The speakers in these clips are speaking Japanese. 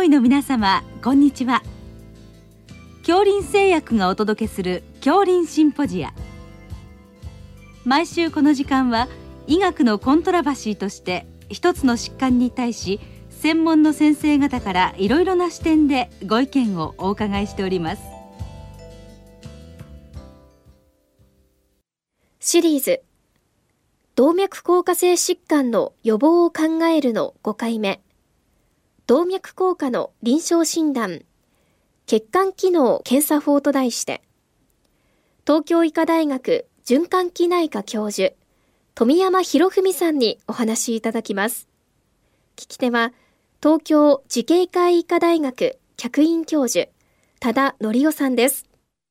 医の皆様、こんにちは。杏林製薬がお届けする杏林シンポジア。毎週この時間は医学のコントラバシーとして一つの疾患に対し専門の先生方からいろいろな視点でご意見をお伺いしております。 シリーズ動脈硬化性疾患の予防を考えるの5回目、動脈硬化の臨床診断血管機能検査法と題して、東京医科大学循環器内科教授富山博文さんにお話しいただきます。聞き手は東京慈恵会医科大学客員教授多田則夫さんです。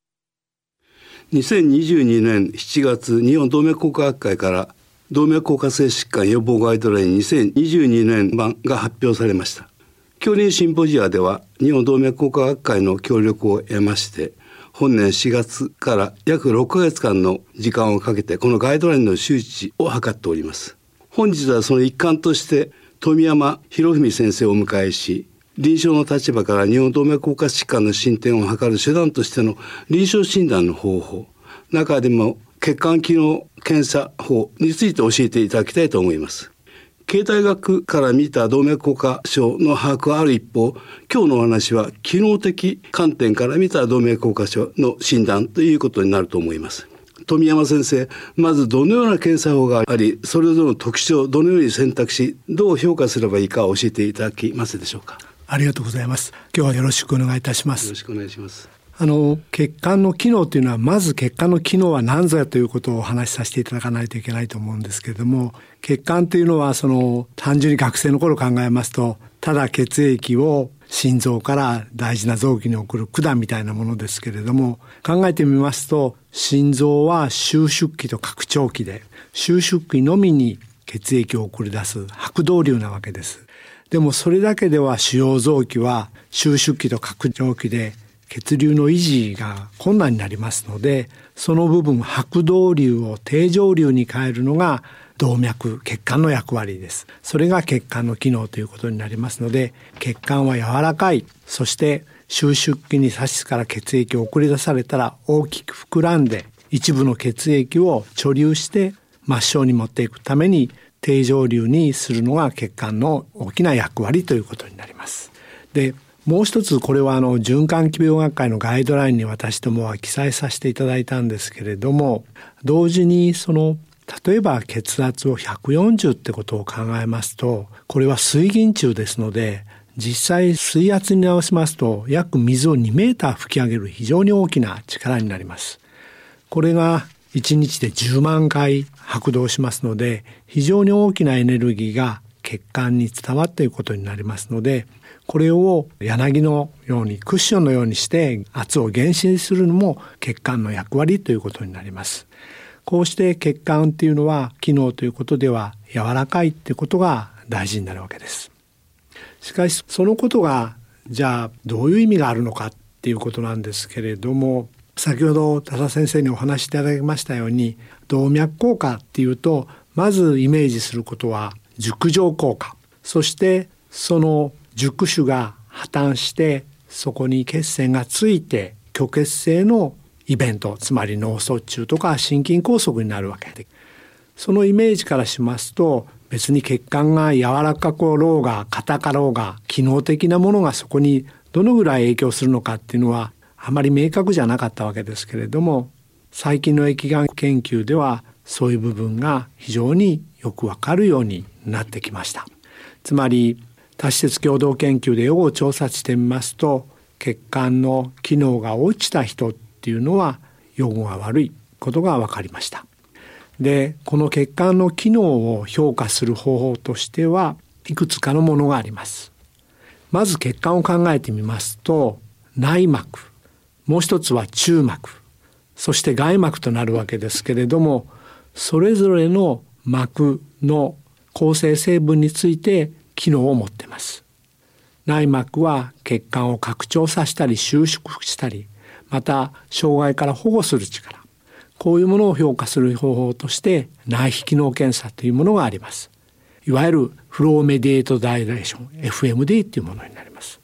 2022年7月、日本動脈硬化学会から動脈硬化性疾患予防ガイドライン2022年版が発表されました。杏林シンポジアでは日本動脈硬化学会の協力を得まして、本年4月から約6ヶ月間の時間をかけてこのガイドラインの周知を図っております。本日はその一環として富山博文先生をお迎えし、臨床の立場から日本動脈硬化疾患の進展を図る手段としての臨床診断の方法、中でも血管機能検査法について教えていただきたいと思います。経体学から見た動脈硬化症の把握はある一方、今日のお話は機能的観点から見た動脈硬化症の診断ということになると思います。富山先生、まずどのような検査法があり、それぞれの特徴をどのように選択し、どう評価すればいいか教えていただけますでしょうか。 ありがとうございます。今日はよろしくお願いいたします。 よろしくお願いします。 血管の機能というのは、まず血管の機能は何ぞやということをお話しさせていただかないといけないと思うんですけれども、血管というのは単純に学生の頃考えますと、ただ血液を心臓から大事な臓器に送る管みたいなものですけれども、考えてみますと、心臓は収縮器と拡張器で、収縮器のみに血液を送り出す拍動流なわけです。でもそれだけでは主要臓器は収縮器と拡張器で血流の維持が困難になりますので、その部分拍動流を定常流に変えるのが動脈血管の役割です。それが血管の機能ということになりますので、血管は柔らかい、そして収縮器に左室から血液を送り出されたら大きく膨らんで、一部の血液を貯留して末梢に持っていくために定常流にするのが血管の大きな役割ということになります。で、もう一つ、これは循環器病学会のガイドラインに私どもは記載させていただいたんですけれども、同時に例えば血圧を140ってことを考えますと、これは水銀柱ですので、実際水圧に直しますと約水を2メーター吹き上げる非常に大きな力になります。これが1日で10万回拍動しますので、非常に大きなエネルギーが血管に伝わっていくことになりますので、これを柳のようにクッションのようにして圧を減伸するのも血管の役割ということになります。こうして血管っていうのは機能ということでは柔らかいっていうことが大事になるわけです。しかしそのことがじゃあどういう意味があるのかっていうことなんですけれども、先ほど多田先生にお話しいただきましたように、動脈硬化っていうとまずイメージすることは熟状硬化、そしてその熟種が破綻してそこに血栓がついて虚血性のイベント、つまり脳卒中とか心筋梗塞になるわけで、そのイメージからしますと、別に血管が柔らかかろうが硬かろうが機能的なものがそこにどのぐらい影響するのかっていうのはあまり明確じゃなかったわけですけれども、最近の疫学研究ではそういう部分が非常によくわかるようになってきました。つまり多施設共同研究で予後調査してみますと、血管の機能が落ちた人っていうのは予後が悪いことが分かりました。で、この血管の機能を評価する方法としてはいくつかのものがあります。まず血管を考えてみますと、内膜、もう一つは中膜、そして外膜となるわけですけれども、それぞれの膜の構成成分について機能を持っています。内膜は血管を拡張させたり収縮したり、また障害から保護する力、こういうものを評価する方法として内皮機能検査というものがあります。いわゆるフローメディエイトダイレーション FMD というものになります。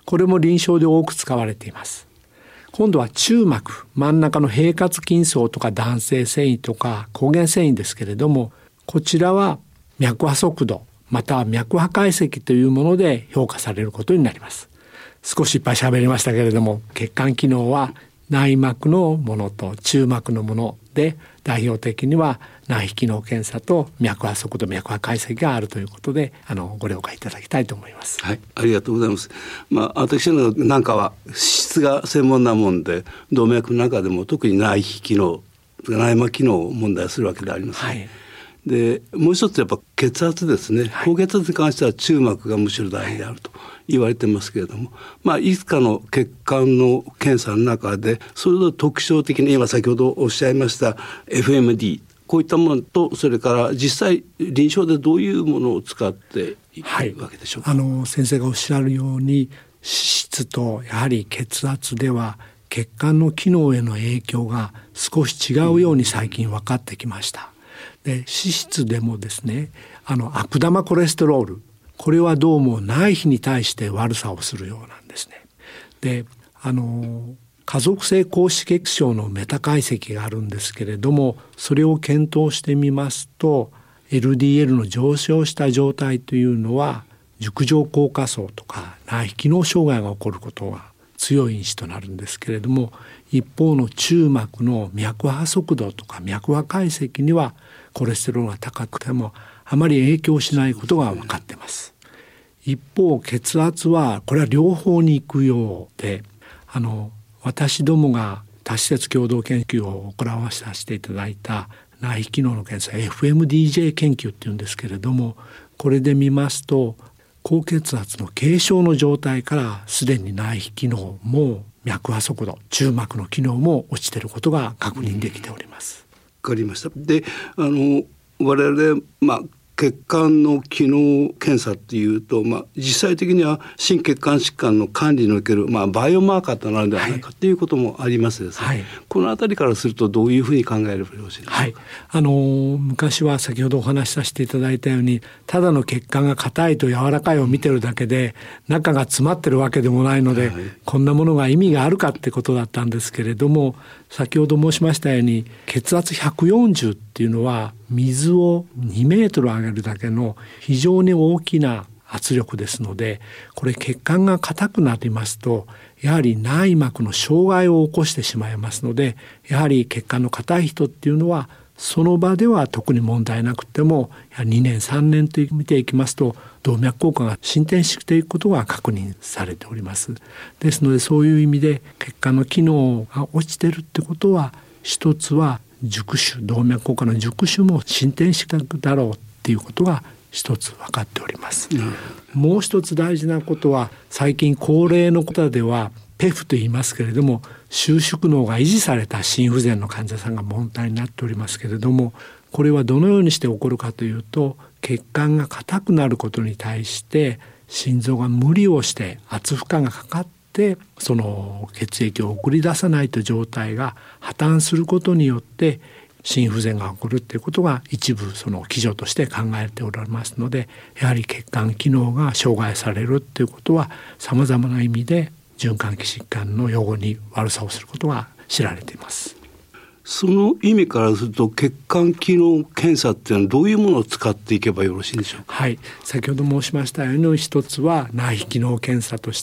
これも臨床で多く使われています。今度は中膜、真ん中の平滑筋層とか弾性繊維とか抗原繊維ですけれども、こちらは脈波速度または脈波解析というもので評価されることになります。少しいっぱい喋りましたけれども、血管機能は内膜のものと中膜のもので、代表的には内皮機能検査と脈波速度脈波解析があるということでご了解いただきたいと思います。 はい、ありがとうございます。私なんかは質が専門なもんで、動脈の中でも特に内皮機能内膜機能を問題するわけであります、ね。はい、でもう一つやっぱ血圧ですね、はい、高血圧に関しては中膜がむしろ大事であると言われてますけれども、いくつかの血管の検査の中でそれぞれ特徴的に今先ほどおっしゃいました FMD こういったものと、それから実際臨床でどういうものを使っていくわけでしょうか。 先生がおっしゃるように、脂質とやはり血圧では血管の機能への影響が少し違うように最近分かってきました。で脂質でもですね、悪玉コレステロール、これはどうも内皮に対して悪さをするようなんですね。で家族性高脂血症のメタ解析があるんですけれども、それを検討してみますと LDL の上昇した状態というのは熟状硬化層とか内皮機能障害が起こることが強い因子となるんですけれども、一方の中膜の脈波速度とか脈波解析にはコレステロールが高くてもあまり影響しないことが分かっています。一方血圧はこれは両方に行くようで、私どもが多施設共同研究を行わさせていただいた内皮機能の検査 FMDJ 研究っていうんですけれども、これで見ますと高血圧の軽症の状態からすでに内皮機能も脈波速度中膜の機能も落ちていることが確認できております。 わかりました。で我々血管の機能検査っていうと、実際的には心血管疾患の管理における、バイオマーカーとなるのではないかということもありますですね、はい、このあたりからするとどういうふうに考えればよろしいでしょうか。はい、 昔は先ほどお話しさせていただいたように、ただの血管が硬いと柔らかいを見てるだけで中が詰まってるわけでもないので、はい、こんなものが意味があるかってことだったんですけれども、先ほど申しましたように血圧140っていうのは水を2メートル上げるだけの非常に大きな圧力ですので、これ血管が硬くなりますとやはり内膜の障害を起こしてしまいますので、やはり血管の硬い人っていうのはその場では特に問題なくても2年3年と見ていきますと動脈硬化が進展していくことが確認されております。ですのでそういう意味で血管の機能が落ちてるってことは、一つは熟種動脈硬化の熟種も進展していくだろうっていうことが一つ分かっております、もう一つ大事なことは、最近高齢の方ではPEF と言いますけれども収縮能が維持された心不全の患者さんが問題になっておりますけれども、これはどのようにして起こるかというと、血管が硬くなることに対して心臓が無理をして圧負荷がかかってその血液を送り出さないと状態が破綻することによって心不全が起こるということが一部その基準として考えられておられますので、やはり血管機能が障害されるということはさまざまな意味で循環器疾患の予後に悪さをすることが知られています。 その意味からすると血管機能検査っていうのはどういうものを使っていけばよろしいんでしょうか。 はい、先ほど申しましたように一つは内皮機能検査として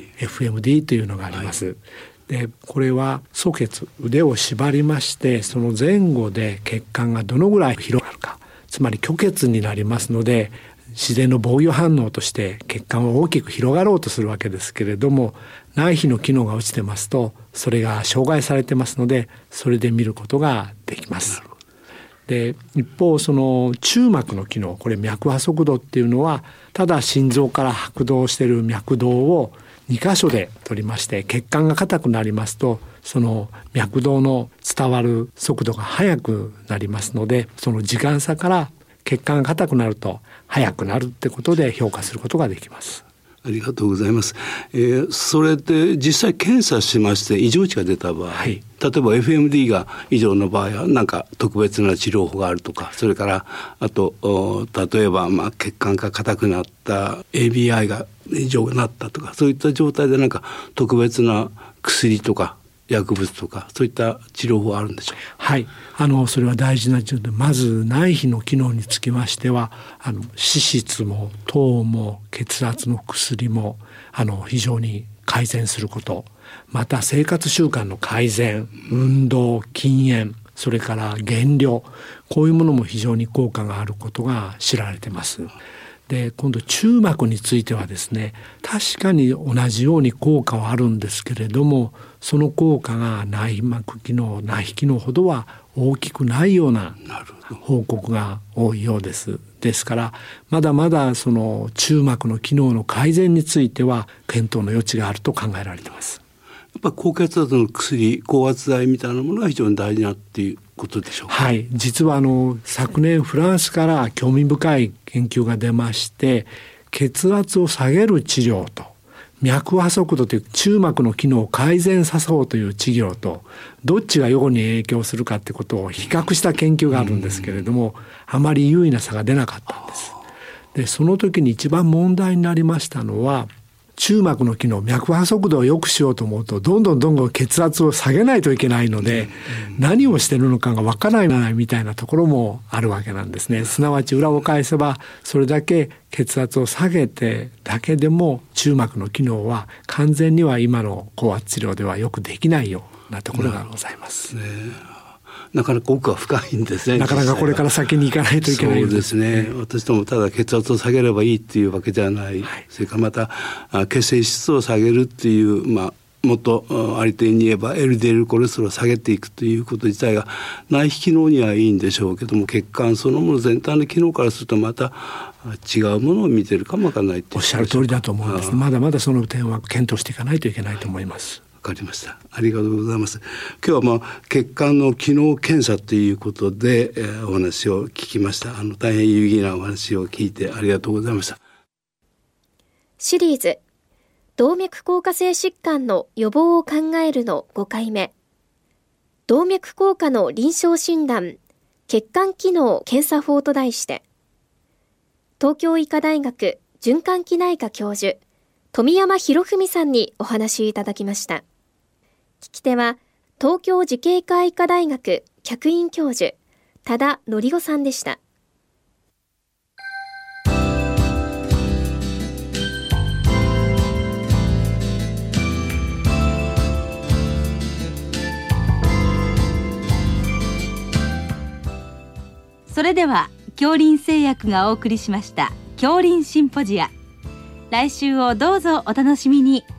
FMD というのがあります、はい、でこれは鼠血腕を縛りまして、その前後で血管がどのぐらい広がるか、つまり虚血になりますので自然の防御反応として血管は大きく広がろうとするわけですけれども、内皮の機能が落ちてますとそれが障害されてますのでそれで見ることができます。で一方その中膜の機能、これ脈波速度っていうのはただ心臓から拍動している脈動を2箇所で取りまして、血管が硬くなりますとその脈動の伝わる速度が速くなりますので、その時間差から血管が硬くなると速くなるってことで評価することができます。 ありがとうございます。それで実際検査しまして異常値が出た場合、例えば FMD が異常の場合は何か特別な治療法があるとか、それからあと例えば血管が硬くなった ABI が異常になったとか、そういった状態で何か特別な薬とか薬物とかそういった治療法あるんでしょうか。 はい、それは大事な治療で、まず内皮の機能につきましては脂質も糖も血圧の薬も非常に改善すること、また生活習慣の改善、運動、禁煙、それから減量、こういうものも非常に効果があることが知られています。で、今度中膜についてはですね、確かに同じように効果はあるんですけれども、その効果が内膜機能、内皮機能ほどは大きくないような報告が多いようです。ですからまだまだその中膜の機能の改善については検討の余地があると考えられています。 やっぱり高血圧の薬、高圧剤みたいなものが非常に大事なっていうことでしょうか。 はい、実は昨年フランスから興味深い研究が出まして、血圧を下げる治療と脈波速度という中膜の機能を改善さそうという治療と、どっちが予後に影響するかってことを比較した研究があるんですけれども、あまり優位な差が出なかったんです。で、その時に一番問題になりましたのは、中膜の機能、脈波速度を良くしようと思うとどんどん血圧を下げないといけないので、何をしてるのかがわからないみたいなところもあるわけなんですね。すなわち裏を返せば、それだけ血圧を下げてだけでも中膜の機能は完全には今の高圧治療ではよくできないようなところがございます。 なかなか奥は深いんですね。 なかなかこれから先に行かないといけない。 そうですね。私どもただ血圧を下げればいいっていうわけではない。それからまた血清質を下げるっていう、もっとありていに言えば LDL コレステロールを下げていくということ自体が内皮機能にはいいんでしょうけども、血管そのもの全体の機能からするとまた違うものを見てるかもわからない。 おっしゃる通りだと思うんです。まだまだその点は検討していかないといけないと思います。 わかりました。ありがとうございます。今日は血管の機能検査ということで、お話を聞きました。大変有意義なお話を聞いてありがとうございました。 シリーズ動脈硬化性疾患の予防を考えるの5回目、動脈硬化の臨床診断血管機能検査法と題して、東京医科大学循環器内科教授富山博文さんにお話いただきました。聞き手は東京慈恵会医科大学客員教授多田則夫さんでした。 それでは杏林製薬がお送りしました杏林シンポジア、来週をどうぞお楽しみに。